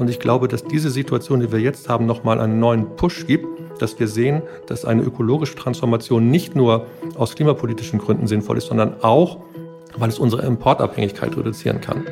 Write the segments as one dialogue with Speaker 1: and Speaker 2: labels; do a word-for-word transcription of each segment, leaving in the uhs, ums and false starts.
Speaker 1: Und ich glaube, dass diese Situation, die wir jetzt haben, nochmal einen neuen Push gibt, dass wir sehen, dass eine ökologische Transformation nicht nur aus klimapolitischen Gründen sinnvoll ist, sondern auch, weil es unsere Importabhängigkeit reduzieren kann.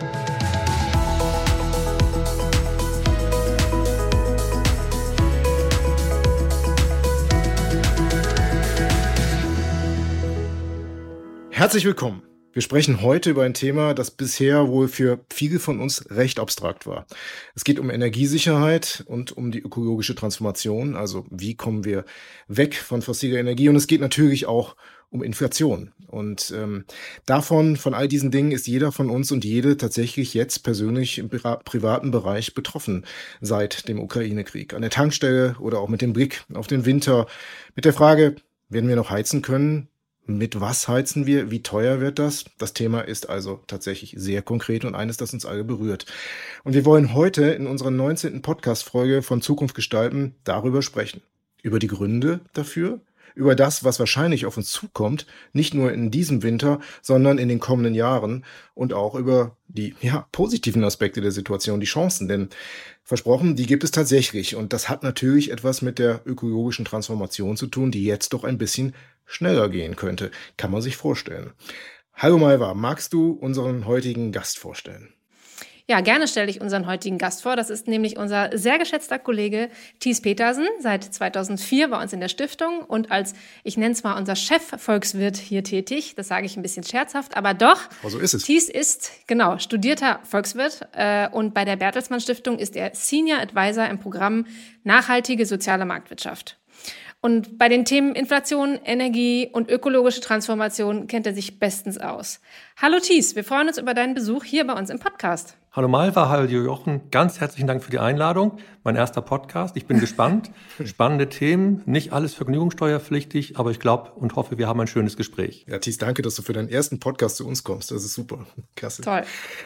Speaker 2: Herzlich willkommen. Wir sprechen heute über ein Thema, das bisher wohl für viele von uns recht abstrakt war. Es geht um Energiesicherheit und um die ökologische Transformation, also wie kommen wir weg von fossiler Energie. Und es geht natürlich auch um Inflation. Und ähm, davon, von all diesen Dingen ist jeder von uns und jede tatsächlich jetzt persönlich im pri- privaten Bereich betroffen seit dem Ukraine-Krieg. An der Tankstelle oder auch mit dem Blick auf den Winter, mit der Frage, werden wir noch heizen können? Mit was heizen wir? Wie teuer wird das? Das Thema ist also tatsächlich sehr konkret und eines, das uns alle berührt. Und wir wollen heute in unserer neunzehnten Podcast-Folge von Zukunft gestalten darüber sprechen. Über die Gründe dafür, über das, was wahrscheinlich auf uns zukommt, nicht nur in diesem Winter, sondern in den kommenden Jahren und auch über die ja, positiven Aspekte der Situation, die Chancen. Denn versprochen, die gibt es tatsächlich. Und das hat natürlich etwas mit der ökologischen Transformation zu tun, die jetzt doch ein bisschen schneller gehen könnte. Kann man sich vorstellen. Hallo Malva, magst du unseren heutigen Gast vorstellen?
Speaker 3: Ja, gerne stelle ich unseren heutigen Gast vor. Das ist nämlich unser sehr geschätzter Kollege Thies Petersen, seit zweitausendvier bei uns in der Stiftung und als, ich nenne es mal, unser Chef-Volkswirt hier tätig. Das sage ich ein bisschen scherzhaft, aber doch.
Speaker 2: Oh, so ist es.
Speaker 3: Thies ist, genau, studierter Volkswirt äh, und bei der Bertelsmann Stiftung ist er Senior Advisor im Programm Nachhaltige soziale Marktwirtschaft. Und bei den Themen Inflation, Energie und ökologische Transformation kennt er sich bestens aus. Hallo Thies, wir freuen uns über deinen Besuch hier bei uns im Podcast.
Speaker 1: Hallo Malva, hallo Jochen, ganz herzlichen Dank für die Einladung. Mein erster Podcast, ich bin gespannt. Spannende Themen, nicht alles vergnügungssteuerpflichtig, aber ich glaube und hoffe, wir haben ein schönes Gespräch.
Speaker 2: Ja, Thies, danke, dass du für deinen ersten Podcast zu uns kommst. Das ist super, klasse.
Speaker 3: Toll.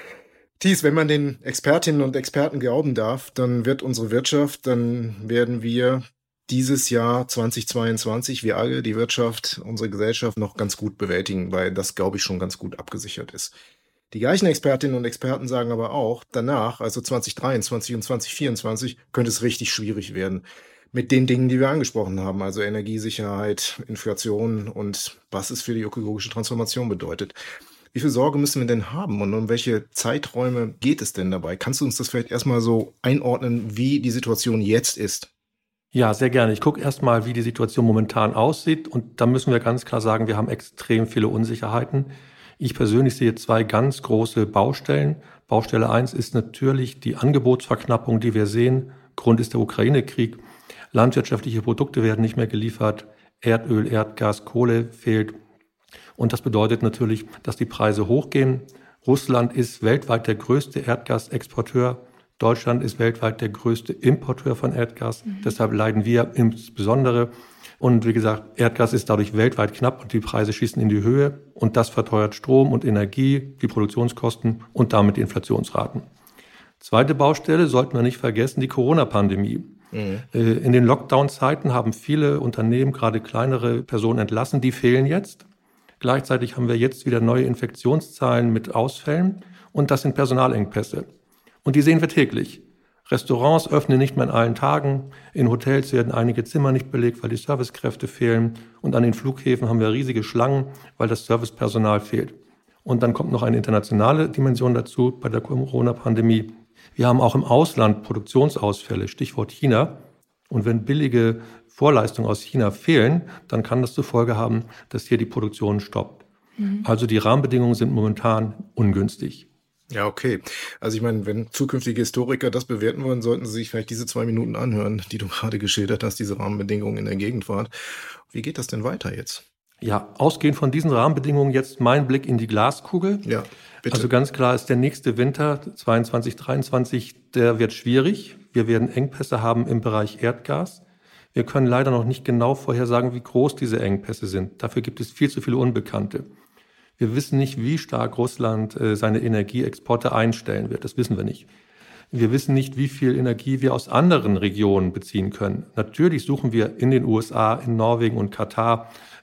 Speaker 2: Thies, wenn man den Expertinnen und Experten glauben darf, dann wird unsere Wirtschaft, dann werden wir dieses Jahr zweitausendzweiundzwanzig, wir alle, die Wirtschaft, unsere Gesellschaft noch ganz gut bewältigen, weil das, glaube ich, schon ganz gut abgesichert ist. Die gleichen Expertinnen und Experten sagen aber auch, danach, also zweitausenddreiundzwanzig und zweitausendvierundzwanzig, könnte es richtig schwierig werden mit den Dingen, die wir angesprochen haben, also Energiesicherheit, Inflation und was es für die ökologische Transformation bedeutet. Wie viel Sorge müssen wir denn haben und um welche Zeiträume geht es denn dabei? Kannst du uns das vielleicht erstmal so einordnen, wie die Situation jetzt ist?
Speaker 1: Ja, sehr gerne. Ich gucke erst mal, wie die Situation momentan aussieht. Und da müssen wir ganz klar sagen, wir haben extrem viele Unsicherheiten. Ich persönlich sehe zwei ganz große Baustellen. Baustelle eins ist natürlich die Angebotsverknappung, die wir sehen. Grund ist der Ukraine-Krieg. Landwirtschaftliche Produkte werden nicht mehr geliefert. Erdöl, Erdgas, Kohle fehlt. Und das bedeutet natürlich, dass die Preise hochgehen. Russland ist weltweit der größte Erdgasexporteur. Deutschland ist weltweit der größte Importeur von Erdgas. Mhm. Deshalb leiden wir insbesondere. Und wie gesagt, Erdgas ist dadurch weltweit knapp und die Preise schießen in die Höhe. Und das verteuert Strom und Energie, die Produktionskosten und damit die Inflationsraten. Zweite Baustelle sollten wir nicht vergessen, die Corona-Pandemie. Mhm. In den Lockdown-Zeiten haben viele Unternehmen, gerade kleinere Personen entlassen. Die fehlen jetzt. Gleichzeitig haben wir jetzt wieder neue Infektionszahlen mit Ausfällen. Und das sind Personalengpässe. Und die sehen wir täglich. Restaurants öffnen nicht mehr an allen Tagen. In Hotels werden einige Zimmer nicht belegt, weil die Servicekräfte fehlen. Und an den Flughäfen haben wir riesige Schlangen, weil das Servicepersonal fehlt. Und dann kommt noch eine internationale Dimension dazu bei der Corona-Pandemie. Wir haben auch im Ausland Produktionsausfälle, Stichwort China. Und wenn billige Vorleistungen aus China fehlen, dann kann das zur Folge haben, dass hier die Produktion stoppt. Mhm. Also die Rahmenbedingungen sind momentan ungünstig.
Speaker 2: Ja, okay. Also ich meine, wenn zukünftige Historiker das bewerten wollen, sollten sie sich vielleicht diese zwei Minuten anhören, die du gerade geschildert hast, diese Rahmenbedingungen in der Gegenwart. Wie geht das denn weiter jetzt?
Speaker 1: Ja, ausgehend von diesen Rahmenbedingungen jetzt mein Blick in die Glaskugel.
Speaker 2: Ja, bitte.
Speaker 1: Also ganz klar ist der nächste Winter zweiundzwanzig, dreiundzwanzig, der wird schwierig. Wir werden Engpässe haben im Bereich Erdgas. Wir können leider noch nicht genau vorhersagen, wie groß diese Engpässe sind. Dafür gibt es viel zu viele Unbekannte. Wir wissen nicht, wie stark Russland äh, seine Energieexporte einstellen wird. Das wissen wir nicht. Wir wissen nicht, wie viel Energie wir aus anderen Regionen beziehen können. Natürlich suchen wir in den U S A, in Norwegen und Katar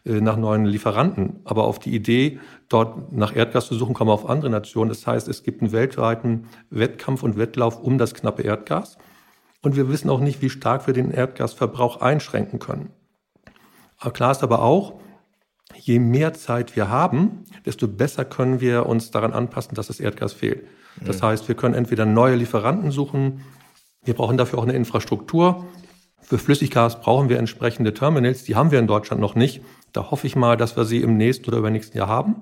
Speaker 1: nach neuen Lieferanten. Aber auf die Idee, dort nach Erdgas zu suchen, kommen auch andere Nationen. Das heißt, es gibt einen weltweiten Wettkampf und Wettlauf um das knappe Erdgas. Und wir wissen auch nicht, wie stark wir den Erdgasverbrauch einschränken können. Aber klar ist aber auch, je mehr Zeit wir haben, desto besser können wir uns daran anpassen, dass das Erdgas fehlt. Das heißt, wir können entweder neue Lieferanten suchen, wir brauchen dafür auch eine Infrastruktur. Für Flüssiggas brauchen wir entsprechende Terminals, die haben wir in Deutschland noch nicht. Da hoffe ich mal, dass wir sie im nächsten oder übernächsten Jahr haben.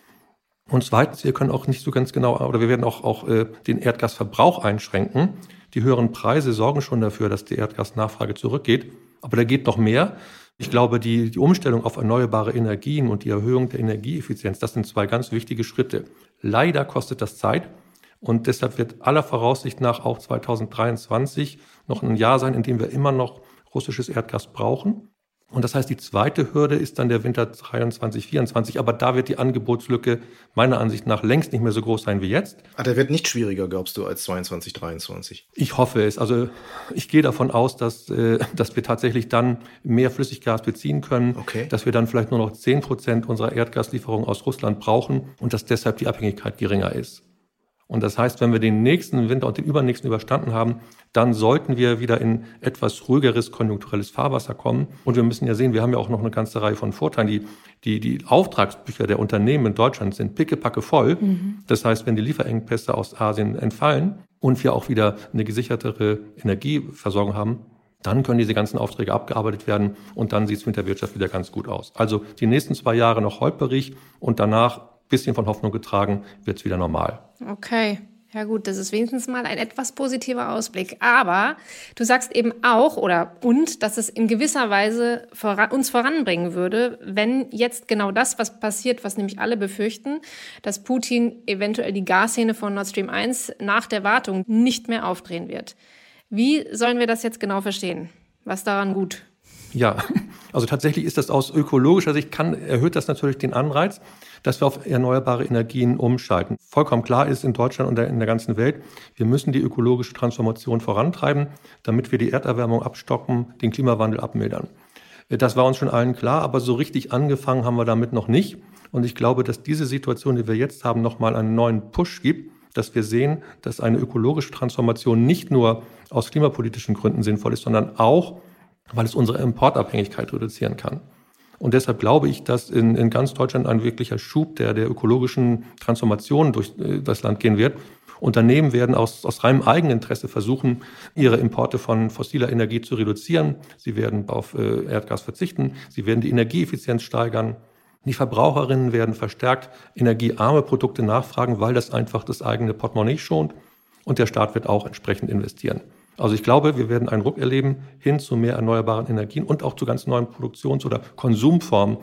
Speaker 1: Und zweitens, wir können auch nicht so ganz genau, oder wir werden auch, auch äh, den Erdgasverbrauch einschränken. Die höheren Preise sorgen schon dafür, dass die Erdgasnachfrage zurückgeht. Aber da geht noch mehr. Ich glaube, die, die Umstellung auf erneuerbare Energien und die Erhöhung der Energieeffizienz, das sind zwei ganz wichtige Schritte. Leider kostet das Zeit. Und deshalb wird aller Voraussicht nach auch zweitausenddreiundzwanzig noch ein Jahr sein, in dem wir immer noch russisches Erdgas brauchen. Und das heißt, die zweite Hürde ist dann der Winter dreiundzwanzig, vierundzwanzig. Aber da wird die Angebotslücke meiner Ansicht nach längst nicht mehr so groß sein wie jetzt.
Speaker 2: Ah, der wird nicht schwieriger, glaubst du, als zweiundzwanzig, dreiundzwanzig?
Speaker 1: Ich hoffe es. Also ich gehe davon aus, dass, äh, dass wir tatsächlich dann mehr Flüssiggas beziehen können,
Speaker 2: okay.
Speaker 1: Dass wir dann vielleicht nur noch zehn Prozent unserer Erdgaslieferung aus Russland brauchen und dass deshalb die Abhängigkeit geringer ist. Und das heißt, wenn wir den nächsten Winter und den übernächsten überstanden haben, dann sollten wir wieder in etwas ruhigeres konjunkturelles Fahrwasser kommen. Und wir müssen ja sehen, wir haben ja auch noch eine ganze Reihe von Vorteilen. Die, die, die Auftragsbücher der Unternehmen in Deutschland sind pickepacke voll. Mhm. Das heißt, wenn die Lieferengpässe aus Asien entfallen und wir auch wieder eine gesichertere Energieversorgung haben, dann können diese ganzen Aufträge abgearbeitet werden und dann sieht es mit der Wirtschaft wieder ganz gut aus. Also die nächsten zwei Jahre noch holperig und danach bisschen von Hoffnung getragen, wird es wieder normal.
Speaker 3: Okay, ja gut, das ist wenigstens mal ein etwas positiver Ausblick. Aber du sagst eben auch, oder und, dass es in gewisser Weise voran, uns voranbringen würde, wenn jetzt genau das, was passiert, was nämlich alle befürchten, dass Putin eventuell die Gashähne von Nord Stream eins nach der Wartung nicht mehr aufdrehen wird. Wie sollen wir das jetzt genau verstehen? Was daran gut?
Speaker 1: Ja, also tatsächlich ist das aus ökologischer Sicht, kann, erhöht das natürlich den Anreiz, dass wir auf erneuerbare Energien umschalten. Vollkommen klar ist in Deutschland und in der ganzen Welt, wir müssen die ökologische Transformation vorantreiben, damit wir die Erderwärmung abstoppen, den Klimawandel abmildern. Das war uns schon allen klar, aber so richtig angefangen haben wir damit noch nicht. Und ich glaube, dass diese Situation, die wir jetzt haben, nochmal einen neuen Push gibt, dass wir sehen, dass eine ökologische Transformation nicht nur aus klimapolitischen Gründen sinnvoll ist, sondern auch, weil es unsere Importabhängigkeit reduzieren kann. Und deshalb glaube ich, dass in, in ganz Deutschland ein wirklicher Schub der, der ökologischen Transformation durch äh, das Land gehen wird. Unternehmen werden aus, aus reinem Eigeninteresse versuchen, ihre Importe von fossiler Energie zu reduzieren. Sie werden auf äh, Erdgas verzichten. Sie werden die Energieeffizienz steigern. Die Verbraucherinnen werden verstärkt energiearme Produkte nachfragen, weil das einfach das eigene Portemonnaie schont. Und der Staat wird auch entsprechend investieren. Also ich glaube, wir werden einen Ruck erleben hin zu mehr erneuerbaren Energien und auch zu ganz neuen Produktions- oder Konsumformen.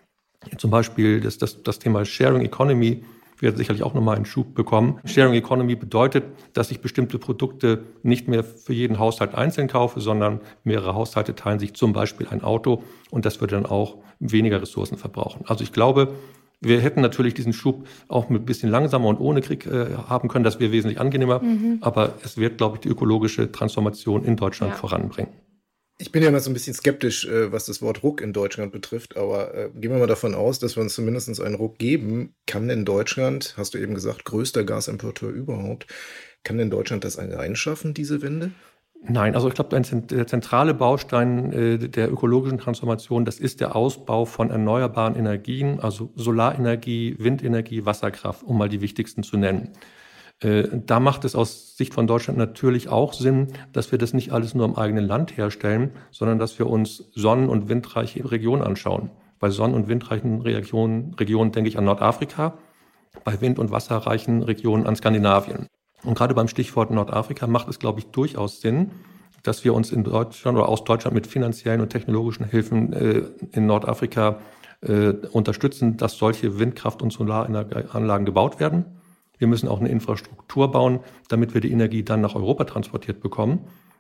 Speaker 1: Zum Beispiel das, das, das Thema Sharing Economy wird sicherlich auch nochmal einen Schub bekommen. Sharing Economy bedeutet, dass ich bestimmte Produkte nicht mehr für jeden Haushalt einzeln kaufe, sondern mehrere Haushalte teilen sich zum Beispiel ein Auto und das würde dann auch weniger Ressourcen verbrauchen. Also ich glaube, wir hätten natürlich diesen Schub auch mit ein bisschen langsamer und ohne Krieg äh, haben können. Das wäre wesentlich angenehmer. Mhm. Aber es wird, glaube ich, die ökologische Transformation in Deutschland ja. voranbringen.
Speaker 2: Ich bin ja immer so ein bisschen skeptisch, äh, was das Wort Ruck in Deutschland betrifft. Aber äh, gehen wir mal davon aus, dass wir uns zumindest einen Ruck geben. Kann denn Deutschland, hast du eben gesagt, größter Gasimporteur überhaupt, kann denn Deutschland das allein schaffen, diese Wende?
Speaker 1: Nein, also ich glaube, der zentrale Baustein äh, der ökologischen Transformation, das ist der Ausbau von erneuerbaren Energien, also Solarenergie, Windenergie, Wasserkraft, um mal die wichtigsten zu nennen. Äh, da macht es aus Sicht von Deutschland natürlich auch Sinn, dass wir das nicht alles nur im eigenen Land herstellen, sondern dass wir uns sonnen- und windreiche Regionen anschauen. Bei sonnen- und windreichen Regionen, Regionen denke ich an Nordafrika, bei wind- und wasserreichen Regionen an Skandinavien. Und gerade beim Stichwort Nordafrika macht es, glaube ich, durchaus Sinn, dass wir uns in Deutschland oder aus Deutschland mit finanziellen und technologischen Hilfen äh, in Nordafrika äh, unterstützen, dass solche Windkraft- und Solaranlagen gebaut werden. Wir müssen auch eine Infrastruktur bauen, damit wir die Energie dann nach Europa transportiert bekommen.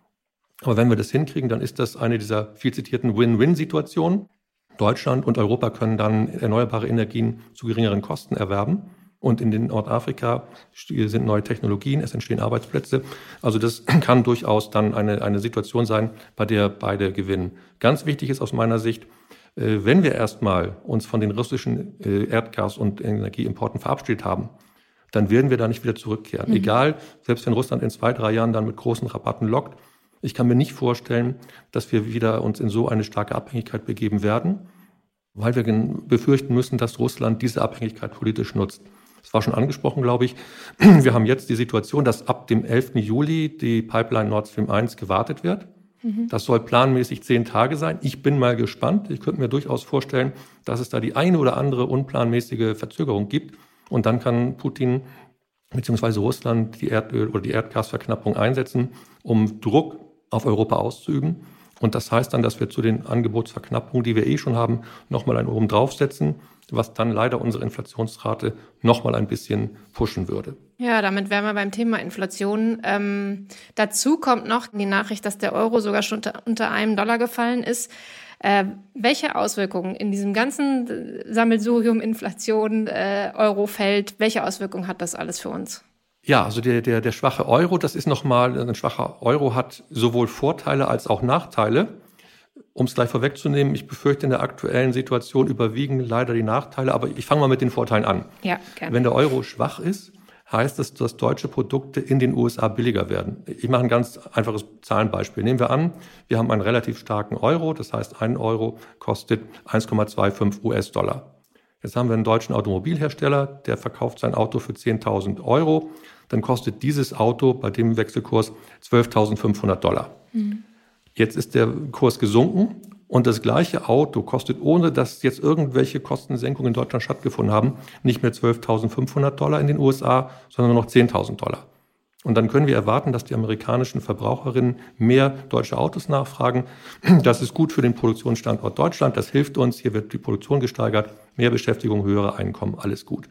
Speaker 1: Aber wenn wir das hinkriegen, dann ist das eine dieser viel zitierten Win-Win-Situationen. Deutschland und Europa können dann erneuerbare Energien zu geringeren Kosten erwerben. Und in den Nordafrika sind neue Technologien, es entstehen Arbeitsplätze. Also das kann durchaus dann eine, eine Situation sein, bei der beide gewinnen. Ganz wichtig ist aus meiner Sicht, Wenn wir erstmal uns von den russischen Erdgas- und Energieimporten verabschiedet haben, dann werden wir da nicht wieder zurückkehren. Mhm. Egal, selbst wenn Russland in zwei, drei Jahren dann mit großen Rabatten lockt, ich kann mir nicht vorstellen, dass wir wieder uns in so eine starke Abhängigkeit begeben werden, weil wir befürchten müssen, dass Russland diese Abhängigkeit politisch nutzt. Das war schon angesprochen, glaube ich. Wir haben jetzt die Situation, dass ab dem elften Juli die Pipeline Nord Stream eins gewartet wird. Mhm. Das soll planmäßig zehn Tage sein. Ich bin mal gespannt. Ich könnte mir durchaus vorstellen, dass es da die eine oder andere unplanmäßige Verzögerung gibt. Und dann kann Putin bzw. Russland die Erdöl- oder die Erdgasverknappung einsetzen, um Druck auf Europa auszuüben. Und das heißt dann, dass wir zu den Angebotsverknappungen, die wir eh schon haben, nochmal einen oben draufsetzen, was dann leider unsere Inflationsrate nochmal ein bisschen pushen würde.
Speaker 3: Ja, damit wären wir beim Thema Inflation. Ähm, dazu kommt noch die Nachricht, dass der Euro sogar schon unter, unter einem Dollar gefallen ist. Äh, welche Auswirkungen in diesem ganzen Sammelsurium Inflation, äh, Eurofeld, welche Auswirkungen hat das alles für uns?
Speaker 1: Ja, also der, der, der schwache Euro, das ist nochmal, ein schwacher Euro hat sowohl Vorteile als auch Nachteile. Um es gleich vorwegzunehmen, ich befürchte, in der aktuellen Situation überwiegen leider die Nachteile, aber ich fange mal mit den Vorteilen an.
Speaker 3: Ja, gerne.
Speaker 1: Wenn der Euro schwach ist, heißt das, dass deutsche Produkte in den U S A billiger werden. Ich mache ein ganz einfaches Zahlenbeispiel. Nehmen wir an, wir haben einen relativ starken Euro, das heißt, ein Euro kostet eins Komma fünfundzwanzig U S-Dollar. Jetzt haben wir einen deutschen Automobilhersteller, der verkauft sein Auto für zehntausend Euro. Dann kostet dieses Auto bei dem Wechselkurs zwölftausendfünfhundert Dollar. Mhm. Jetzt ist der Kurs gesunken und das gleiche Auto kostet, ohne dass jetzt irgendwelche Kostensenkungen in Deutschland stattgefunden haben, nicht mehr zwölftausendfünfhundert Dollar in den U S A, sondern nur noch zehntausend Dollar. Und dann können wir erwarten, dass die amerikanischen Verbraucherinnen mehr deutsche Autos nachfragen. Das ist gut für den Produktionsstandort Deutschland, das hilft uns, hier wird die Produktion gesteigert, mehr Beschäftigung, höhere Einkommen, alles gut.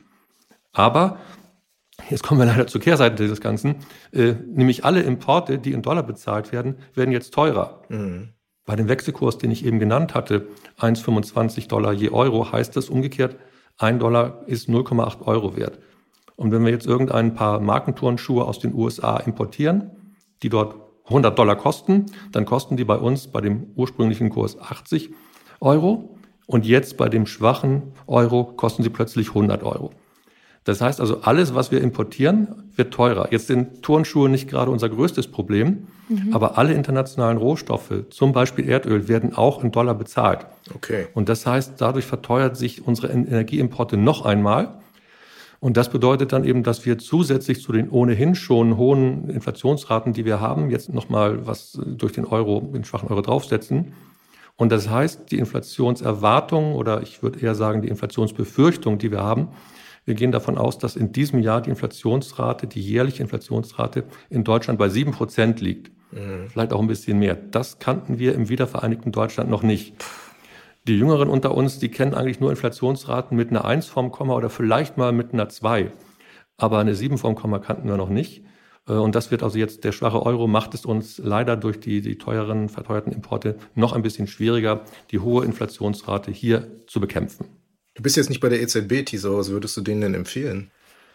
Speaker 1: Aber jetzt kommen wir leider zur Kehrseite dieses Ganzen, äh, nämlich alle Importe, die in Dollar bezahlt werden, werden jetzt teurer. Mhm. Bei dem Wechselkurs, den ich eben genannt hatte, eins Komma fünfundzwanzig Dollar je Euro, heißt das umgekehrt, ein Dollar ist null Komma acht Euro wert. Und wenn wir jetzt irgendein paar Markenturnschuhe aus den U S A importieren, die dort hundert Dollar kosten, dann kosten die bei uns bei dem ursprünglichen Kurs achtzig Euro und jetzt bei dem schwachen Euro kosten sie plötzlich hundert Euro. Das heißt also, alles, was wir importieren, wird teurer. Jetzt sind Turnschuhe nicht gerade unser größtes Problem, mhm. aber alle internationalen Rohstoffe, zum Beispiel Erdöl, werden auch in Dollar bezahlt. Okay. Und das heißt, dadurch verteuert sich unsere Energieimporte noch einmal. Und das bedeutet dann eben, dass wir zusätzlich zu den ohnehin schon hohen Inflationsraten, die wir haben, jetzt nochmal was durch den Euro, den schwachen Euro draufsetzen. Und das heißt, die Inflationserwartung oder ich würde eher sagen, die Inflationsbefürchtung, die wir haben, wir gehen davon aus, dass in diesem Jahr die Inflationsrate, die jährliche Inflationsrate in Deutschland bei sieben Prozent liegt. Mhm. Vielleicht auch ein bisschen mehr. Das kannten wir im wiedervereinigten Deutschland noch nicht. Die Jüngeren unter uns, die kennen eigentlich nur Inflationsraten mit einer eins vorm Komma oder vielleicht mal mit einer zwei. Aber eine sieben vorm Komma kannten wir noch nicht. Und das wird also jetzt, der schwache Euro macht es uns leider durch die, die teuren, verteuerten Importe noch ein bisschen schwieriger, die hohe Inflationsrate hier zu bekämpfen.
Speaker 2: Du bist jetzt nicht bei der E Z B, Thieso, was würdest du denen denn empfehlen?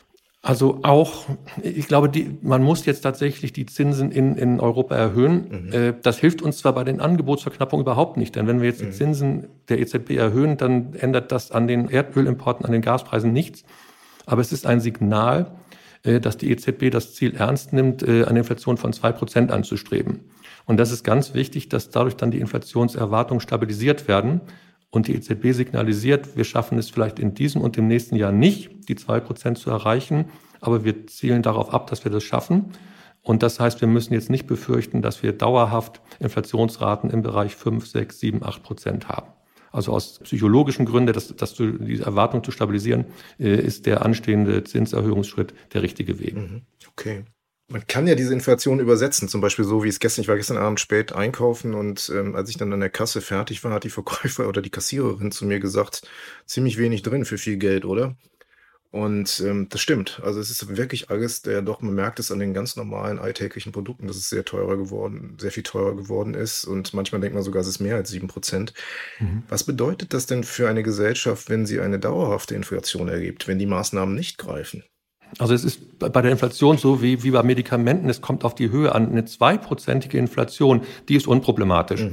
Speaker 1: Also auch, ich glaube, die, man muss jetzt tatsächlich die Zinsen in, in Europa erhöhen. Mhm. Äh, das hilft uns zwar bei den Angebotsverknappungen überhaupt nicht, denn wenn wir jetzt die Zinsen der E Z B erhöhen, dann ändert das an den Erdölimporten, an den Gaspreisen nichts. Aber es ist ein Signal, äh, dass die E Z B das Ziel ernst nimmt, äh, eine Inflation von zwei Prozent anzustreben. Und das ist ganz wichtig, dass dadurch dann die Inflationserwartungen stabilisiert werden. Und die E Z B signalisiert, wir schaffen es vielleicht in diesem und im nächsten Jahr nicht, die zwei Prozent zu erreichen, aber wir zielen darauf ab, dass wir das schaffen. Und das heißt, wir müssen jetzt nicht befürchten, dass wir dauerhaft Inflationsraten im Bereich fünf, sechs, sieben, acht Prozent haben. Also aus psychologischen Gründen, dass, dass du die Erwartung zu stabilisieren, ist der anstehende Zinserhöhungsschritt der richtige Weg.
Speaker 2: Okay. Man kann ja diese Inflation übersetzen, zum Beispiel so wie es gestern, ich war gestern Abend spät einkaufen und ähm, als ich dann an der Kasse fertig war, hat die Verkäufer oder die Kassiererin zu mir gesagt, ziemlich wenig drin für viel Geld, oder? Und ähm, das stimmt. Also es ist wirklich alles, der doch, man merkt es an den ganz normalen alltäglichen Produkten, dass es sehr teurer geworden, sehr viel teurer geworden ist und manchmal denkt man sogar, es ist mehr als sieben Prozent. Mhm. Was bedeutet das denn für eine Gesellschaft, wenn sie eine dauerhafte Inflation erlebt, wenn die Maßnahmen nicht greifen?
Speaker 1: Also es ist bei der Inflation so wie, wie bei Medikamenten, es kommt auf die Höhe an. Eine zweiprozentige Inflation, die ist unproblematisch. Mhm.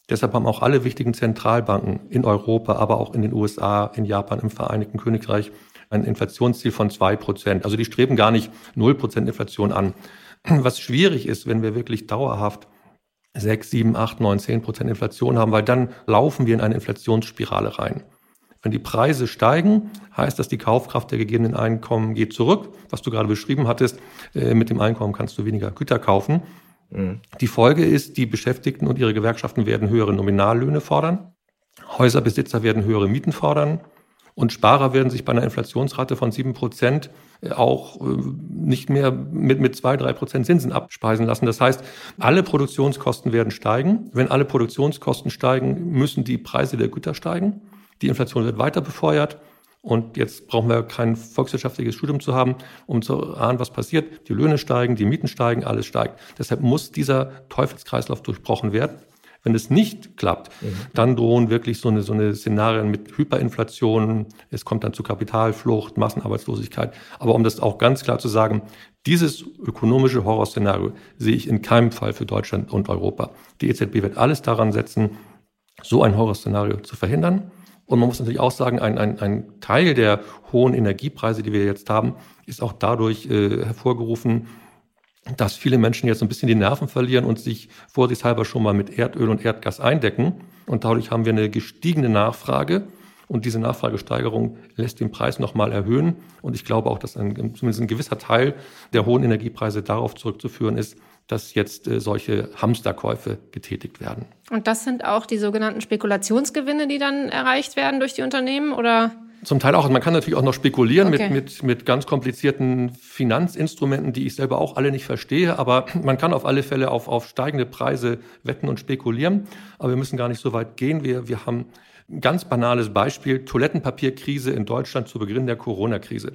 Speaker 1: Deshalb haben auch alle wichtigen Zentralbanken in Europa, aber auch in den U S A, in Japan, im Vereinigten Königreich ein Inflationsziel von zwei Prozent. Also die streben gar nicht null Prozent Inflation an. Was schwierig ist, wenn wir wirklich dauerhaft sechs, sieben, acht, neun, zehn Prozent Inflation haben, weil dann laufen wir in eine Inflationsspirale rein. Wenn die Preise steigen, heißt das, die Kaufkraft der gegebenen Einkommen geht zurück. Was du gerade beschrieben hattest, äh, mit dem Einkommen kannst du weniger Güter kaufen. Mhm. Die Folge ist, die Beschäftigten und ihre Gewerkschaften werden höhere Nominallöhne fordern. Häuserbesitzer werden höhere Mieten fordern. Und Sparer werden sich bei einer Inflationsrate von sieben Prozent auch nicht mehr mit, mit zwei, drei Prozent Zinsen abspeisen lassen. Das heißt, alle Produktionskosten werden steigen. Wenn alle Produktionskosten steigen, müssen die Preise der Güter steigen. Die Inflation wird weiter befeuert. Und jetzt brauchen wir kein volkswirtschaftliches Studium zu haben, um zu ahnen, was passiert. Die Löhne steigen, die Mieten steigen, alles steigt. Deshalb muss dieser Teufelskreislauf durchbrochen werden. Wenn es nicht klappt, mhm. dann drohen wirklich so eine, so eine Szenarien mit Hyperinflation. Es kommt dann zu Kapitalflucht, Massenarbeitslosigkeit. Aber um das auch ganz klar zu sagen, dieses ökonomische Horrorszenario sehe ich in keinem Fall für Deutschland und Europa. Die E Z B wird alles daran setzen, so ein Horrorszenario zu verhindern. Und man muss natürlich auch sagen, ein, ein, ein Teil der hohen Energiepreise, die wir jetzt haben, ist auch dadurch äh, hervorgerufen, dass viele Menschen jetzt ein bisschen die Nerven verlieren und sich vorsichtshalber schon mal mit Erdöl und Erdgas eindecken. Und dadurch haben wir eine gestiegene Nachfrage. Und diese Nachfragesteigerung lässt den Preis nochmal erhöhen. Und ich glaube auch, dass ein, zumindest ein gewisser Teil der hohen Energiepreise darauf zurückzuführen ist, dass jetzt äh, solche Hamsterkäufe getätigt werden.
Speaker 3: Und das sind auch die sogenannten Spekulationsgewinne, die dann erreicht werden durch die Unternehmen, oder?
Speaker 1: Zum Teil auch. Man kann natürlich auch noch spekulieren
Speaker 3: okay.
Speaker 1: mit, mit, mit ganz komplizierten Finanzinstrumenten, die ich selber auch alle nicht verstehe. Aber man kann auf alle Fälle auf, auf steigende Preise wetten und spekulieren. Aber wir müssen gar nicht so weit gehen. Wir, wir haben ein ganz banales Beispiel, Toilettenpapierkrise in Deutschland zu Beginn der Corona-Krise.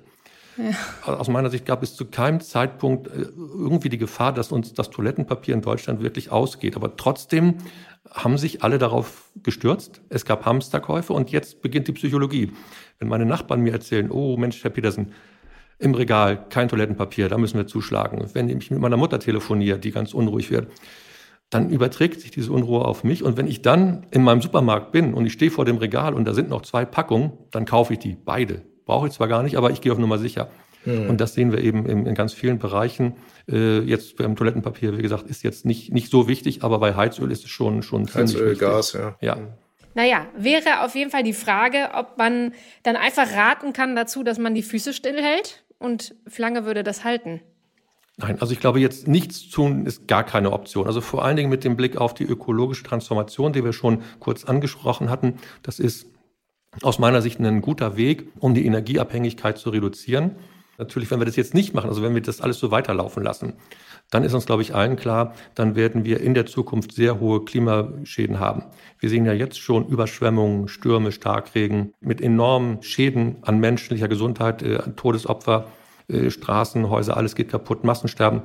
Speaker 1: Ja. Aus meiner Sicht gab es zu keinem Zeitpunkt irgendwie die Gefahr, dass uns das Toilettenpapier in Deutschland wirklich ausgeht. Aber trotzdem haben sich alle darauf gestürzt. Es gab Hamsterkäufe und jetzt beginnt die Psychologie. Wenn meine Nachbarn mir erzählen, oh Mensch, Herr Petersen, im Regal kein Toilettenpapier, da müssen wir zuschlagen. Wenn ich mit meiner Mutter telefoniere, die ganz unruhig wird, dann überträgt sich diese Unruhe auf mich. Und wenn ich dann in meinem Supermarkt bin und ich stehe vor dem Regal und da sind noch zwei Packungen, dann kaufe ich die beide. Brauche ich zwar gar nicht, aber ich gehe auf Nummer sicher. Mhm. Und das sehen wir eben in, in ganz vielen Bereichen. Äh, jetzt beim Toilettenpapier, wie gesagt, ist jetzt nicht, nicht so wichtig, aber bei Heizöl ist es schon, schon ziemlich
Speaker 2: Heizöl,
Speaker 1: wichtig.
Speaker 2: Gas, ja.
Speaker 1: Ja.
Speaker 3: Naja, wäre auf jeden Fall die Frage, ob man dann einfach raten kann dazu, dass man die Füße stillhält, und wie lange würde das halten?
Speaker 1: Nein, also ich glaube, jetzt nichts tun ist gar keine Option. Also vor allen Dingen mit dem Blick auf die ökologische Transformation, die wir schon kurz angesprochen hatten. Das ist aus meiner Sicht ein guter Weg, um die Energieabhängigkeit zu reduzieren. Natürlich, wenn wir das jetzt nicht machen, also wenn wir das alles so weiterlaufen lassen, dann ist uns, glaube ich, allen klar, dann werden wir in der Zukunft sehr hohe Klimaschäden haben. Wir sehen ja jetzt schon Überschwemmungen, Stürme, Starkregen mit enormen Schäden an menschlicher Gesundheit, äh, Todesopfer, äh, Straßen, Häuser, alles geht kaputt, Massensterben.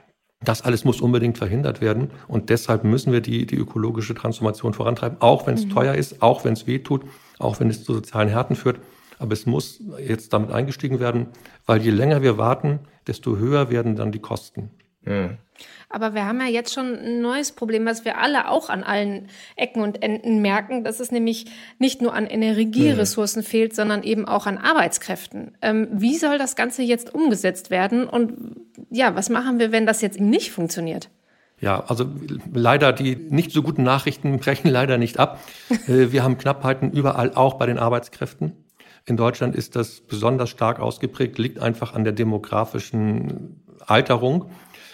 Speaker 1: Das alles muss unbedingt verhindert werden. Und deshalb müssen wir die, die ökologische Transformation vorantreiben, auch wenn es mhm. teuer ist, auch wenn es weh tut, auch wenn es zu sozialen Härten führt. Aber es muss jetzt damit eingestiegen werden, weil je länger wir warten, desto höher werden dann die Kosten.
Speaker 2: Mhm.
Speaker 3: Aber wir haben ja jetzt schon ein neues Problem, was wir alle auch an allen Ecken und Enden merken, dass es nämlich nicht nur an Energieressourcen mhm. fehlt, sondern eben auch an Arbeitskräften. Ähm, wie soll das Ganze jetzt umgesetzt werden? Und ja, was machen wir, wenn das jetzt eben nicht funktioniert?
Speaker 1: Ja, also leider, die nicht so guten Nachrichten brechen leider nicht ab. Wir haben Knappheiten überall, auch bei den Arbeitskräften. In Deutschland ist das besonders stark ausgeprägt, liegt einfach an der demografischen Alterung.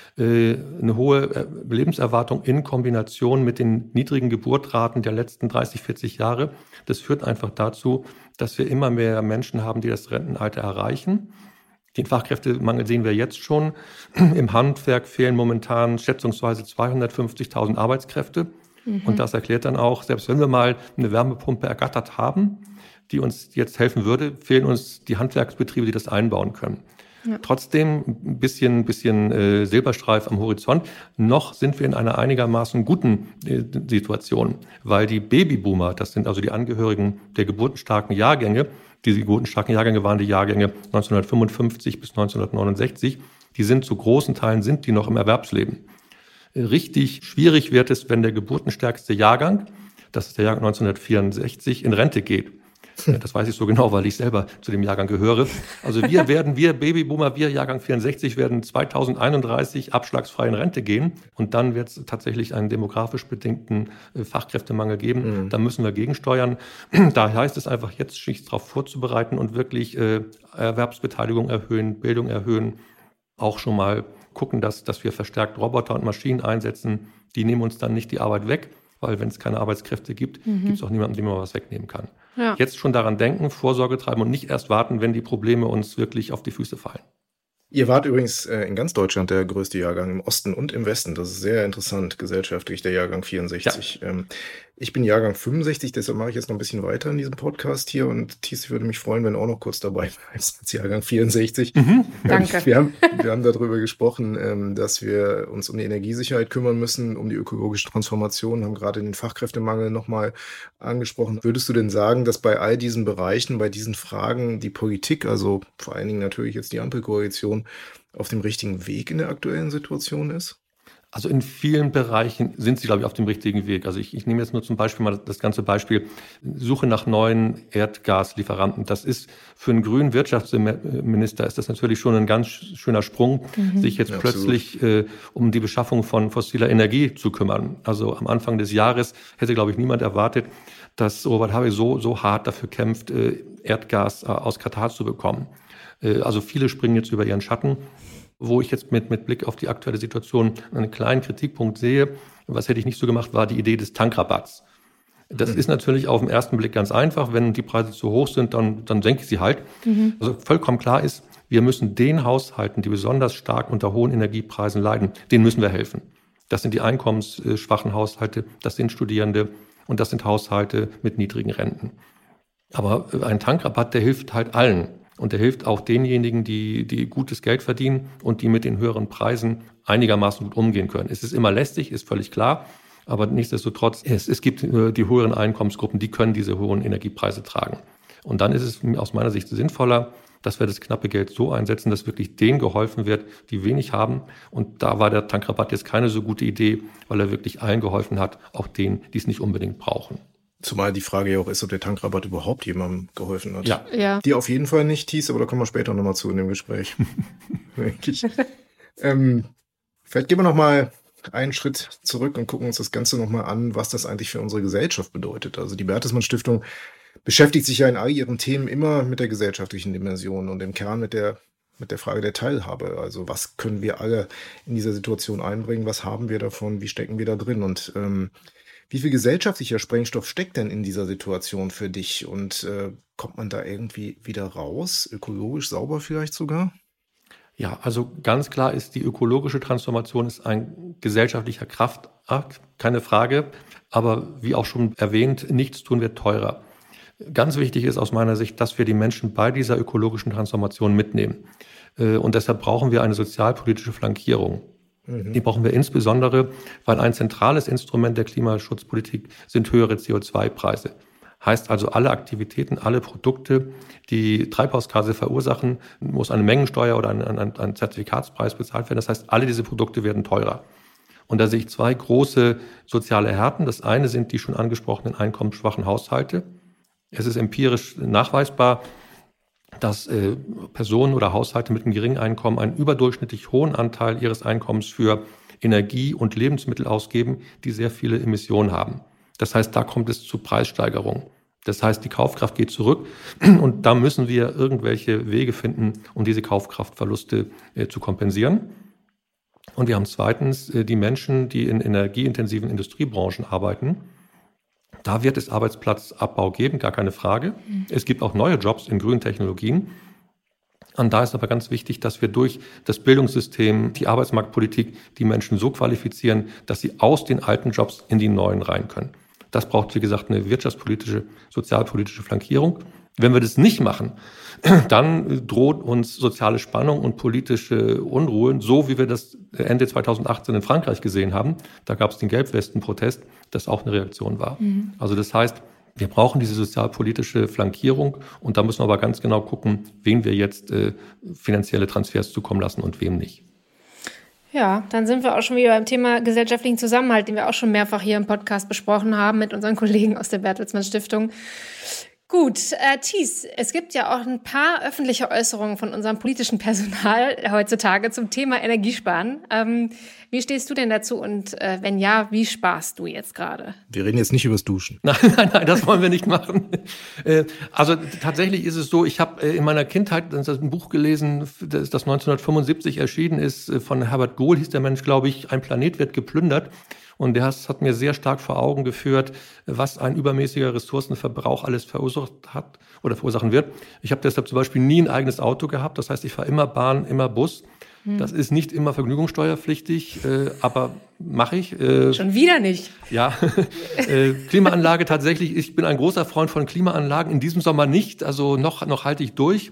Speaker 1: Eine hohe Lebenserwartung in Kombination mit den niedrigen Geburtraten der letzten dreißig, vierzig Jahre. Das führt einfach dazu, dass wir immer mehr Menschen haben, die das Rentenalter erreichen. Den Fachkräftemangel sehen wir jetzt schon. Im Handwerk fehlen momentan schätzungsweise zweihundertfünfzigtausend Arbeitskräfte. Mhm. Und das erklärt dann auch, selbst wenn wir mal eine Wärmepumpe ergattert haben, die uns jetzt helfen würde, fehlen uns die Handwerksbetriebe, die das einbauen können. Ja. Trotzdem ein bisschen, bisschen äh, Silberstreif am Horizont. Noch sind wir in einer einigermaßen guten äh, Situation, weil die Babyboomer, das sind also die Angehörigen der geburtenstarken Jahrgänge, diese geburtenstarken Jahrgänge waren die Jahrgänge neunzehnhundertfünfundfünfzig bis neunzehnhundertneunundsechzig, die sind zu großen Teilen sind die noch im Erwerbsleben. Richtig schwierig wird es, wenn der geburtenstärkste Jahrgang, das ist der Jahrgang neunzehnhundertvierundsechzig, in Rente geht. Das weiß ich so genau, weil ich selber zu dem Jahrgang gehöre. Also wir werden, wir Babyboomer, wir Jahrgang vierundsechzig werden zweitausendeinunddreißig abschlagsfrei in Rente gehen. Und dann wird es tatsächlich einen demografisch bedingten Fachkräftemangel geben. Mhm. Da müssen wir gegensteuern. Da heißt es einfach, jetzt sich darauf vorzubereiten und wirklich äh, Erwerbsbeteiligung erhöhen, Bildung erhöhen. Auch schon mal gucken, dass, dass wir verstärkt Roboter und Maschinen einsetzen. Die nehmen uns dann nicht die Arbeit weg. Weil wenn es keine Arbeitskräfte gibt, mhm. gibt es auch niemanden, dem man was wegnehmen kann. Ja. Jetzt schon daran denken, Vorsorge treiben und nicht erst warten, wenn die Probleme uns wirklich auf die Füße fallen.
Speaker 2: Ihr wart übrigens in ganz Deutschland der größte Jahrgang im Osten und im Westen. Das ist sehr interessant, gesellschaftlich, der Jahrgang vierundsechzig. Ja. Ich bin Jahrgang fünfundsechzig, deshalb mache ich jetzt noch ein bisschen weiter in diesem Podcast hier. Und Thies, würde mich freuen, wenn du auch noch kurz dabei bleibst als Jahrgang vierundsechzig.
Speaker 3: Mhm. Danke.
Speaker 2: Wir haben, wir haben darüber gesprochen, dass wir uns um die Energiesicherheit kümmern müssen, um die ökologische Transformation, haben gerade den Fachkräftemangel nochmal angesprochen. Würdest du denn sagen, dass bei all diesen Bereichen, bei diesen Fragen die Politik, also vor allen Dingen natürlich jetzt die Ampelkoalition, auf dem richtigen Weg in der aktuellen Situation ist?
Speaker 1: Also in vielen Bereichen sind sie, glaube ich, auf dem richtigen Weg. Also ich, ich nehme jetzt nur zum Beispiel mal das ganze Beispiel Suche nach neuen Erdgaslieferanten. Das ist für einen grünen Wirtschaftsminister ist das natürlich schon ein ganz schöner Sprung, mhm. sich jetzt ja, plötzlich äh, um die Beschaffung von fossiler Energie zu kümmern. Also am Anfang des Jahres hätte, glaube ich, niemand erwartet, dass Robert Habeck so, so hart dafür kämpft, äh, Erdgas äh, aus Katar zu bekommen. Äh, also viele springen jetzt über ihren Schatten. Wo ich jetzt mit, mit Blick auf die aktuelle Situation einen kleinen Kritikpunkt sehe, was hätte ich nicht so gemacht, war die Idee des Tankrabatts. Das mhm. ist natürlich auf den ersten Blick ganz einfach. Wenn die Preise zu hoch sind, dann, dann senke ich sie halt. Mhm. Also vollkommen klar ist, wir müssen den Haushalten, die besonders stark unter hohen Energiepreisen leiden, denen müssen wir helfen. Das sind die einkommensschwachen Haushalte, das sind Studierende und das sind Haushalte mit niedrigen Renten. Aber ein Tankrabatt, der hilft halt allen. Und der hilft auch denjenigen, die, die gutes Geld verdienen und die mit den höheren Preisen einigermaßen gut umgehen können. Es ist immer lästig, ist völlig klar. Aber nichtsdestotrotz, es, es gibt die höheren Einkommensgruppen, die können diese hohen Energiepreise tragen. Und dann ist es aus meiner Sicht sinnvoller, dass wir das knappe Geld so einsetzen, dass wirklich denen geholfen wird, die wenig haben. Und da war der Tankrabatt jetzt keine so gute Idee, weil er wirklich allen geholfen hat, auch denen, die es nicht unbedingt brauchen.
Speaker 2: Zumal die Frage ja auch ist, ob der Tankrabatt überhaupt jemandem geholfen hat.
Speaker 1: Ja.
Speaker 3: ja.
Speaker 2: Dir auf jeden Fall nicht, Thies, aber da kommen wir später nochmal zu in dem Gespräch. ähm, vielleicht gehen wir nochmal einen Schritt zurück und gucken uns das Ganze nochmal an, was das eigentlich für unsere Gesellschaft bedeutet. Also die Bertelsmann Stiftung beschäftigt sich ja in all ihren Themen immer mit der gesellschaftlichen Dimension und im Kern mit der mit der Frage der Teilhabe. Also was können wir alle in dieser Situation einbringen? Was haben wir davon? Wie stecken wir da drin? Und ähm, wie viel gesellschaftlicher Sprengstoff steckt denn in dieser Situation für dich? Und äh, kommt man da irgendwie wieder raus? Ökologisch sauber vielleicht sogar?
Speaker 1: Ja, also ganz klar ist, die ökologische Transformation ist ein gesellschaftlicher Kraftakt, keine Frage. Aber wie auch schon erwähnt, nichts tun wird teurer. Ganz wichtig ist aus meiner Sicht, dass wir die Menschen bei dieser ökologischen Transformation mitnehmen. Und deshalb brauchen wir eine sozialpolitische Flankierung. Die brauchen wir insbesondere, weil ein zentrales Instrument der Klimaschutzpolitik sind höhere C O zwei Preise. Heißt also, alle Aktivitäten, alle Produkte, die Treibhausgase verursachen, muss eine Mengensteuer oder ein, ein, ein Zertifikatspreis bezahlt werden. Das heißt, alle diese Produkte werden teurer. Und da sehe ich zwei große soziale Härten. Das eine sind die schon angesprochenen einkommensschwachen Haushalte. Es ist empirisch nachweisbar, dass äh, Personen oder Haushalte mit einem geringen Einkommen einen überdurchschnittlich hohen Anteil ihres Einkommens für Energie und Lebensmittel ausgeben, die sehr viele Emissionen haben. Das heißt, da kommt es zu Preissteigerungen. Das heißt, die Kaufkraft geht zurück und da müssen wir irgendwelche Wege finden, um diese Kaufkraftverluste äh, zu kompensieren. Und wir haben zweitens äh, die Menschen, die in energieintensiven Industriebranchen arbeiten. Da wird es Arbeitsplatzabbau geben, gar keine Frage. Mhm. Es gibt auch neue Jobs in grünen Technologien. Und da ist aber ganz wichtig, dass wir durch das Bildungssystem, die Arbeitsmarktpolitik, die Menschen so qualifizieren, dass sie aus den alten Jobs in die neuen rein können. Das braucht, wie gesagt, eine wirtschaftspolitische, sozialpolitische Flankierung. Wenn wir das nicht machen, dann droht uns soziale Spannung und politische Unruhen, so wie wir das Ende zweitausendachtzehn in Frankreich gesehen haben. Da gab es den Gelbwesten-Protest, das auch eine Reaktion war. Mhm. Also das heißt, wir brauchen diese sozialpolitische Flankierung und da müssen wir aber ganz genau gucken, wen wir jetzt äh, finanzielle Transfers zukommen lassen und wem nicht.
Speaker 3: Ja, dann sind wir auch schon wieder beim Thema gesellschaftlichen Zusammenhalt, den wir auch schon mehrfach hier im Podcast besprochen haben mit unseren Kollegen aus der Bertelsmann Stiftung. Gut, äh, Thies, es gibt ja auch ein paar öffentliche Äußerungen von unserem politischen Personal heutzutage zum Thema Energiesparen. Ähm, wie stehst du denn dazu und äh, wenn ja, wie sparst du jetzt gerade?
Speaker 2: Wir reden jetzt nicht übers Duschen.
Speaker 1: Nein, nein, nein, das wollen wir nicht machen. Äh, also tatsächlich ist es so, ich habe äh, in meiner Kindheit ein Buch gelesen, das, das neunzehnhundertfünfundsiebzig erschienen ist, von Herbert Gohl hieß der Mensch, glaube ich, Ein Planet wird geplündert. Und der hat mir sehr stark vor Augen geführt, was ein übermäßiger Ressourcenverbrauch alles verursacht hat oder verursachen wird. Ich habe deshalb zum Beispiel nie ein eigenes Auto gehabt. Das heißt, ich fahre immer Bahn, immer Bus. Hm. Das ist nicht immer vergnügungssteuerpflichtig, äh, aber mache ich. Äh,
Speaker 3: Schon wieder nicht.
Speaker 1: Ja, äh, Klimaanlage tatsächlich. Ich bin ein großer Freund von Klimaanlagen. In diesem Sommer nicht, also noch, noch halte ich durch.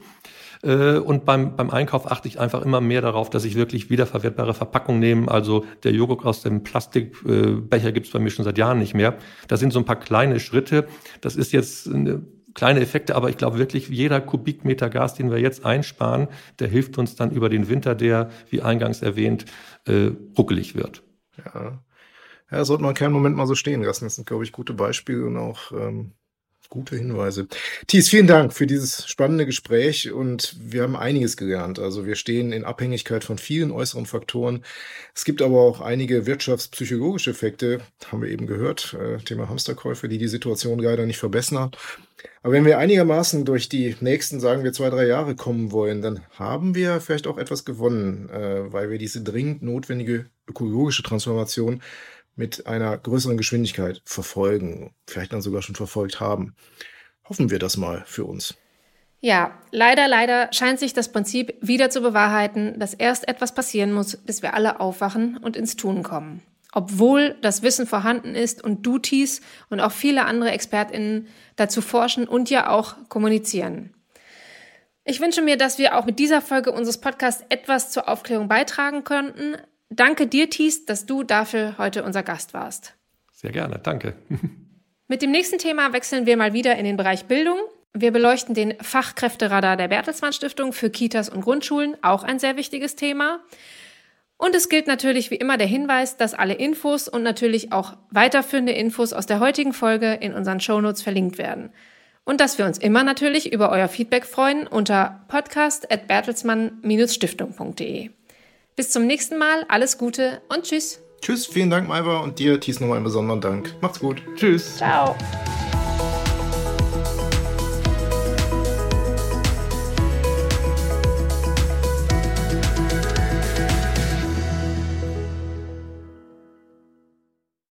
Speaker 1: Und beim, beim Einkauf achte ich einfach immer mehr darauf, dass ich wirklich wiederverwertbare Verpackungen nehme. Also der Joghurt aus dem Plastikbecher gibt's bei mir schon seit Jahren nicht mehr. Das sind so ein paar kleine Schritte. Das ist jetzt eine kleine Effekte, aber ich glaube wirklich, jeder Kubikmeter Gas, den wir jetzt einsparen, der hilft uns dann über den Winter, der, wie eingangs erwähnt, äh, ruckelig wird.
Speaker 2: Ja, ja, das sollte man keinen Moment mal so stehen lassen. Das sind, glaube ich, gute Beispiele und auch ähm gute Hinweise. Thies, vielen Dank für dieses spannende Gespräch und wir haben einiges gelernt. Also wir stehen in Abhängigkeit von vielen äußeren Faktoren. Es gibt aber auch einige wirtschaftspsychologische Effekte, haben wir eben gehört, äh, Thema Hamsterkäufe, die die Situation leider nicht verbessern. Aber wenn wir einigermaßen durch die nächsten, sagen wir, zwei, drei Jahre kommen wollen, dann haben wir vielleicht auch etwas gewonnen, äh, weil wir diese dringend notwendige ökologische Transformation mit einer größeren Geschwindigkeit verfolgen, vielleicht dann sogar schon verfolgt haben. Hoffen wir das mal für uns.
Speaker 3: Ja, leider, leider scheint sich das Prinzip wieder zu bewahrheiten, dass erst etwas passieren muss, bis wir alle aufwachen und ins Tun kommen. Obwohl das Wissen vorhanden ist und du, Thies, und auch viele andere ExpertInnen dazu forschen und ja auch kommunizieren. Ich wünsche mir, dass wir auch mit dieser Folge unseres Podcasts etwas zur Aufklärung beitragen könnten. Danke dir, Thies, dass du dafür heute unser Gast warst.
Speaker 1: Sehr gerne, danke.
Speaker 3: Mit dem nächsten Thema wechseln wir mal wieder in den Bereich Bildung. Wir beleuchten den Fachkräfteradar der Bertelsmann Stiftung für Kitas und Grundschulen, auch ein sehr wichtiges Thema. Und es gilt natürlich wie immer der Hinweis, dass alle Infos und natürlich auch weiterführende Infos aus der heutigen Folge in unseren Shownotes verlinkt werden. Und dass wir uns immer natürlich über euer Feedback freuen unter podcast at bertelsmann Stiftung punkt de. Bis zum nächsten Mal, alles Gute und tschüss.
Speaker 2: Tschüss, vielen Dank, Maiva, und dir, Thies, nochmal einen besonderen Dank. Macht's gut. Tschüss.
Speaker 3: Ciao.